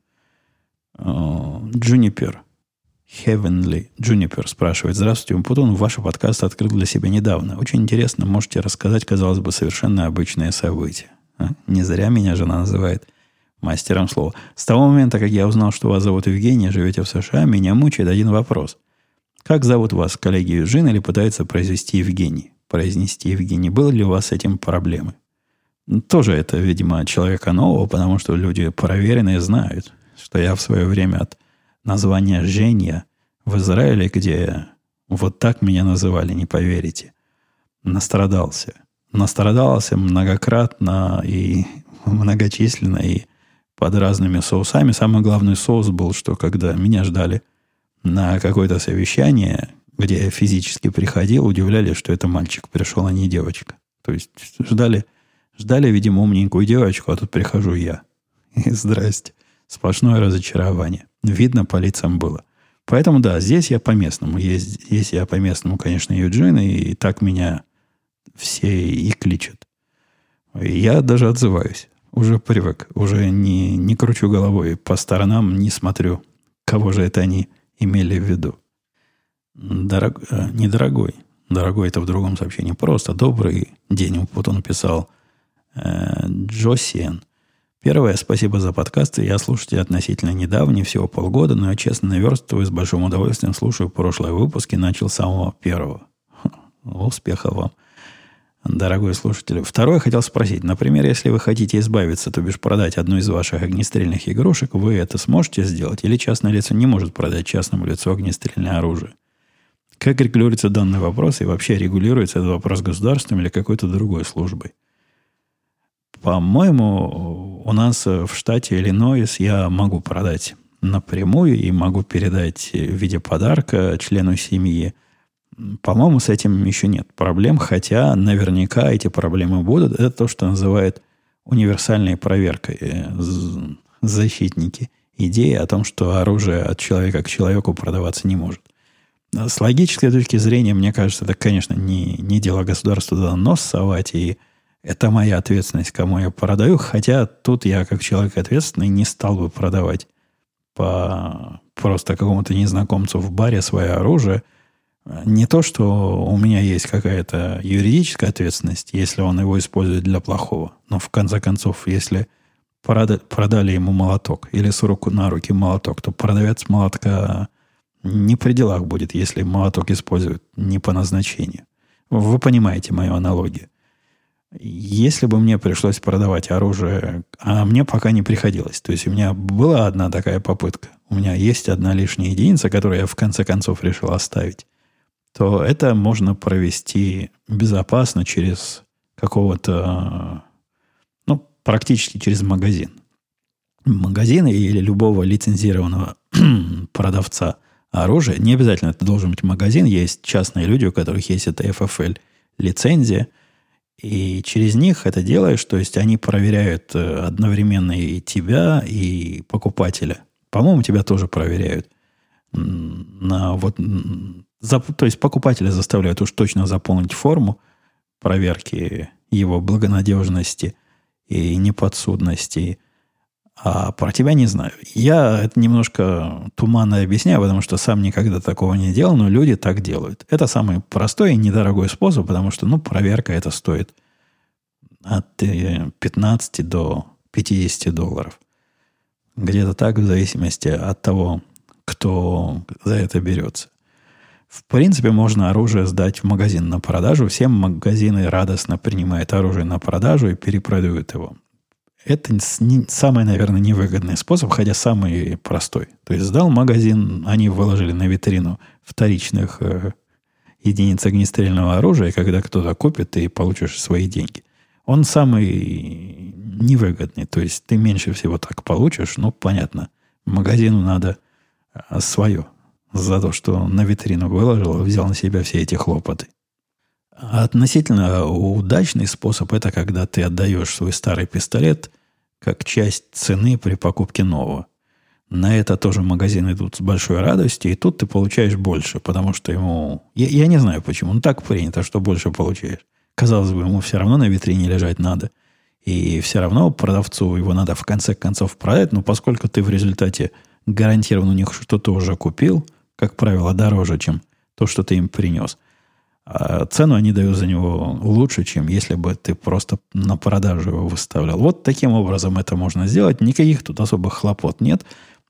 Juniper. Heavenly Juniper спрашивает. Здравствуйте, Умпутун. Ваш подкаст открыл для себя недавно. Очень интересно. Можете рассказать, казалось бы, совершенно обычное событие. Не зря меня жена называет мастером слова. С того момента, как я узнал, что вас зовут Евгений, живете в США, меня мучает один вопрос. Как зовут вас, коллеги Юджин, или пытаются произнести Евгений? Было ли у вас с этим проблемы? Тоже это, видимо, человека нового, потому что люди проверенные знают, что я в свое время от название Женя в Израиле, где вот так меня называли, не поверите. Настрадался многократно и многочисленно, и под разными соусами. Самый главный соус был, что когда меня ждали на какое-то совещание, где я физически приходил, удивлялись, что это мальчик пришел, а не девочка. То есть ждали, видимо, умненькую девочку, а тут прихожу я. И здрасте. Сплошное разочарование. Видно по лицам было. Поэтому, да, здесь я по-местному. Здесь я по-местному, конечно, Юджин, и так меня все и кличут. И я даже отзываюсь. Уже привык. Уже не кручу головой по сторонам, не смотрю, кого же это они имели в виду. Недорогой. Дорогой это в другом сообщении. Просто добрый день. Вот он писал Джосиен. Первое, спасибо за подкасты. Я слушатель относительно недавний, всего полгода, но я честно наверстываю, с большим удовольствием слушаю прошлые выпуски, начал с самого первого. Успехов вам, дорогой слушатель. Второе, хотел спросить. Например, если вы хотите избавиться, то бишь продать одну из ваших огнестрельных игрушек, вы это сможете сделать? Или частное лицо не может продать частному лицу огнестрельное оружие? Как регулируется данный вопрос? И вообще регулируется этот вопрос государством или какой-то другой службой? По-моему, у нас в штате Иллинойс я могу продать напрямую и могу передать в виде подарка члену семьи. По-моему, с этим еще нет проблем, хотя наверняка эти проблемы будут. Это то, что называют универсальной проверкой защитники. Идея о том, что оружие от человека к человеку продаваться не может. С логической точки зрения, мне кажется, это, конечно, не дело государства туда нос совать и Это моя ответственность, кому я продаю. Хотя тут я, как человек ответственный, не стал бы продавать по просто какому-то незнакомцу в баре свое оружие. Не то, что у меня есть какая-то юридическая ответственность, если он его использует для плохого. Но в конце концов, если продали ему молоток или с руку на руки молоток, то продавец молотка не при делах будет, если молоток используют не по назначению. Вы понимаете мою аналогию. Если бы мне пришлось продавать оружие, а мне пока не приходилось, то есть у меня была одна такая попытка, у меня есть одна лишняя единица, которую я в конце концов решил оставить, то это можно провести безопасно через какого-то, практически через магазин. Магазин или любого лицензированного продавца оружия, не обязательно это должен быть магазин, есть частные люди, у которых есть эта FFL лицензия, и через них это делаешь, то есть они проверяют одновременно и тебя, и покупателя. По-моему, тебя тоже проверяют. То есть покупателя заставляют уж точно заполнить форму проверки его благонадежности и неподсудности. А про тебя не знаю. Я это немножко туманно объясняю, потому что сам никогда такого не делал, но люди так делают. Это самый простой и недорогой способ, потому что, проверка это стоит от 15 до $50. Где-то так, в зависимости от того, кто за это берется. В принципе, можно оружие сдать в магазин на продажу. Все магазины радостно принимают оружие на продажу и перепродают его. Это самый, наверное, невыгодный способ, хотя самый простой. То есть сдал магазин, они выложили на витрину вторичных единиц огнестрельного оружия, и когда кто-то купит, ты получишь свои деньги. Он самый невыгодный. То есть ты меньше всего так получишь. Понятно. Магазину надо свое. За то, что на витрину выложил, взял на себя все эти хлопоты. Относительно удачный способ – это когда ты отдаешь свой старый пистолет как часть цены при покупке нового. На это тоже магазины идут с большой радостью, и тут ты получаешь больше, потому что ему... Я не знаю почему, так принято, что больше получаешь. Казалось бы, ему все равно на витрине лежать надо, и все равно продавцу его надо в конце концов продать, но поскольку ты в результате гарантированно у них что-то уже купил, как правило, дороже, чем то, что ты им принес, а цену они дают за него лучше, чем если бы ты просто на продажу его выставлял. Вот таким образом это можно сделать. Никаких тут особых хлопот нет.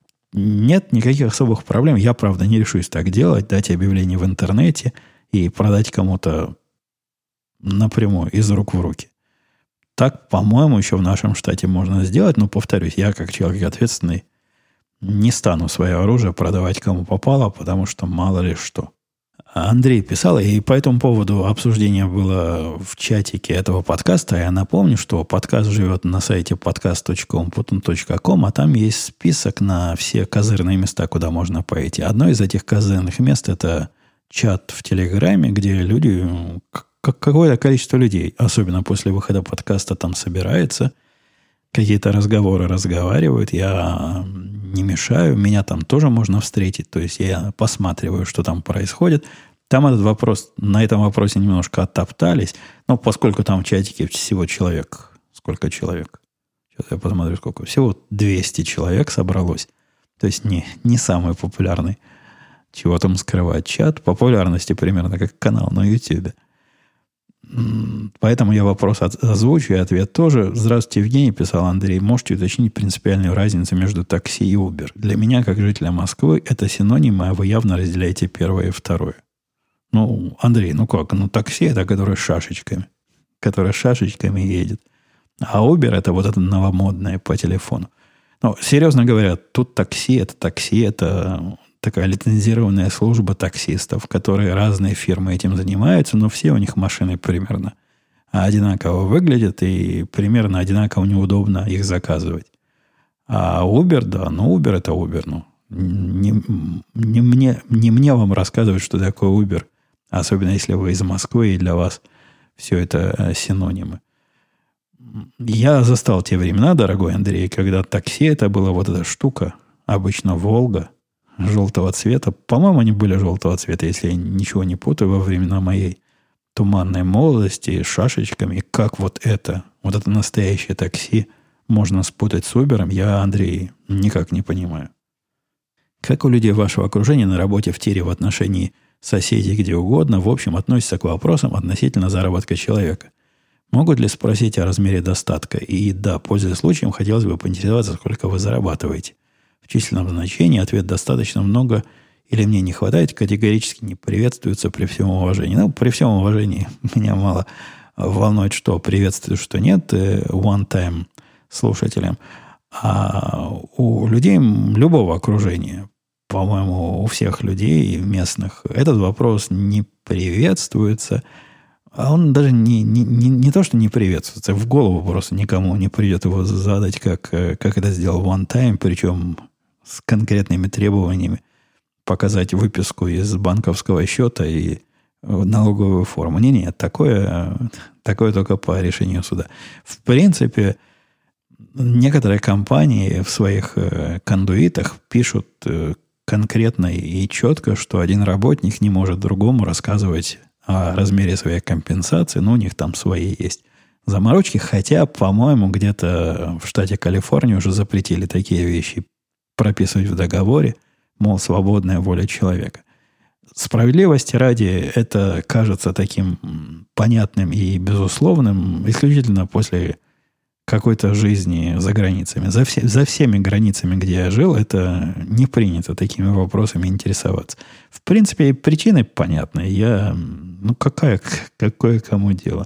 Нет никаких особых проблем. Я, правда, не решусь так делать, дать объявление в интернете и продать кому-то напрямую, из рук в руки. Так, по-моему, еще в нашем штате можно сделать. Но, повторюсь, я, как человек ответственный, не стану свое оружие продавать кому попало, потому что мало ли что. Андрей писал, и по этому поводу обсуждение было в чатике этого подкаста. Я напомню, что подкаст живет на сайте podcast.com, а там есть список на все козырные места, куда можно пойти. Одно из этих козырных мест – это чат в Телеграме, где люди, какое-то количество людей, особенно после выхода подкаста, там собирается, какие-то разговоры разговаривают, я не мешаю, меня там тоже можно встретить, то есть я посматриваю, что там происходит. Там этот вопрос, на этом вопросе немножко оттоптались, но поскольку там в чатике всего человек, сколько человек? Сейчас я посмотрю, сколько. Всего 200 человек собралось, то есть не самый популярный, чего там скрывать, чат, популярности примерно как канал на YouTube. Поэтому я вопрос озвучу, и ответ тоже. Здравствуйте, Евгений, писал Андрей. Можете уточнить принципиальную разницу между такси и Uber? Для меня, как жителя Москвы, это синонимы, а вы явно разделяете первое и второе. Андрей, как? Такси – это которое с шашечками. Которое с шашечками едет. А Uber – это вот это новомодное по телефону. Серьезно говоря, тут такси – это такая лицензированная служба таксистов, которые разные фирмы этим занимаются, но все у них машины примерно одинаково выглядят, и примерно одинаково неудобно их заказывать. А Uber, да, Uber это Uber. Не мне вам рассказывать, что такое Uber, особенно если вы из Москвы, и для вас все это синонимы. Я застал те времена, дорогой Андрей, когда такси это была вот эта штука, обычно Волга, желтого цвета. По-моему, они были желтого цвета, если я ничего не путаю, во времена моей туманной молодости с шашечками, как вот это настоящее такси можно спутать с Uber, я, Андрей, никак не понимаю. Как у людей вашего окружения на работе, в тире, в отношении соседей, где угодно, в общем, относятся к вопросам относительно заработка человека? Могут ли спросить о размере достатка? И да, пользуясь случаем, хотелось бы поинтересоваться, сколько вы зарабатываете. В численном значении ответ «достаточно много» или «мне не хватает» категорически не приветствуется при всем уважении. Ну, при всем уважении меня мало волнует, что приветствует, что нет, one-time слушателям. А у людей любого окружения, по-моему, у всех людей местных, этот вопрос не приветствуется. А он даже не то, что не приветствуется, в голову просто никому не придет его задать, как это сделал One Time, причем с конкретными требованиями показать выписку из банковского счета и налоговую форму. Нет, такое только по решению суда. В принципе, некоторые компании в своих кондуитах пишут конкретно и четко, что один работник не может другому рассказывать о размере своей компенсации, но у них там свои есть заморочки, хотя, по-моему, где-то в штате Калифорния уже запретили такие вещи прописывать в договоре, мол, свободная воля человека. Справедливости ради, это кажется таким понятным и безусловным исключительно после какой-то жизни за границами. За всеми границами, где я жил, это не принято такими вопросами интересоваться. В принципе, причины понятны. Какое кому дело?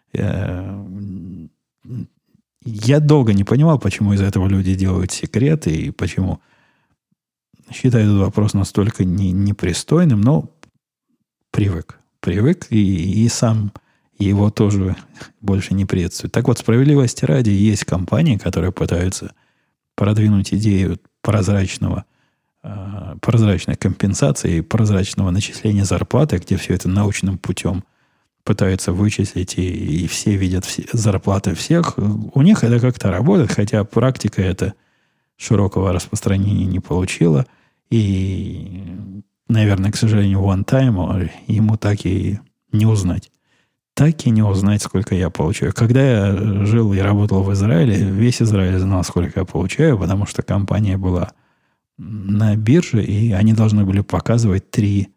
Я долго не понимал, почему из этого люди делают секреты и почему считаю этот вопрос настолько непристойным, но привык и сам его тоже больше не приветствует. Так вот, справедливости ради, есть компании, которые пытаются продвинуть идею прозрачной компенсации, прозрачного начисления зарплаты, где все это научным путем пытаются вычислить, и все видят зарплаты всех. У них это как-то работает, хотя практика это широкого распространения не получила. И, наверное, к сожалению, one time ему так и не узнать. Так и не узнать, сколько я получаю. Когда я жил и работал в Израиле, весь Израиль знал, сколько я получаю, потому что компания была на бирже, и они должны были показывать 3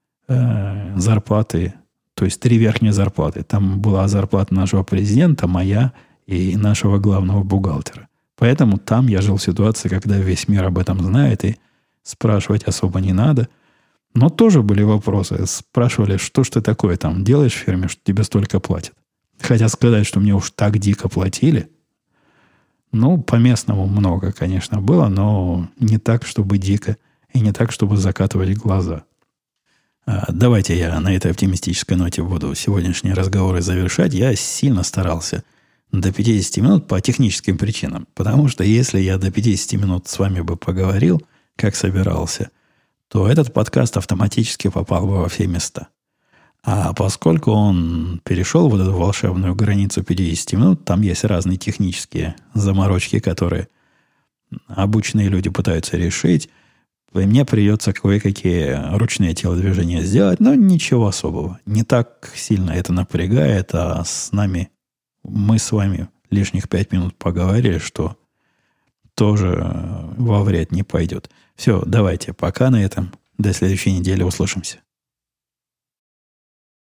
зарплаты, то есть 3 верхние зарплаты. Там была зарплата нашего президента, моя и нашего главного бухгалтера. Поэтому там я жил в ситуации, когда весь мир об этом знает, и спрашивать особо не надо. Но тоже были вопросы. Спрашивали, что ж ты такое там делаешь в фирме, что тебе столько платят. Хотя сказать, что мне уж так дико платили, по-местному много, конечно, было, но не так, чтобы дико, и не так, чтобы закатывать глаза. Давайте я на этой оптимистической ноте буду сегодняшние разговоры завершать. Я сильно старался до 50 минут по техническим причинам. Потому что если я до 50 минут с вами бы поговорил, как собирался, то этот подкаст автоматически попал бы во все места. А поскольку он перешел вот эту волшебную границу 50 минут, там есть разные технические заморочки, которые обычные люди пытаются решить, и мне придется кое-какие ручные телодвижения сделать, но ничего особого. Не так сильно это напрягает, а мы с вами лишних 5 минут поговорили, что тоже во вред не пойдет. Все, давайте, пока на этом. До следующей недели услышимся.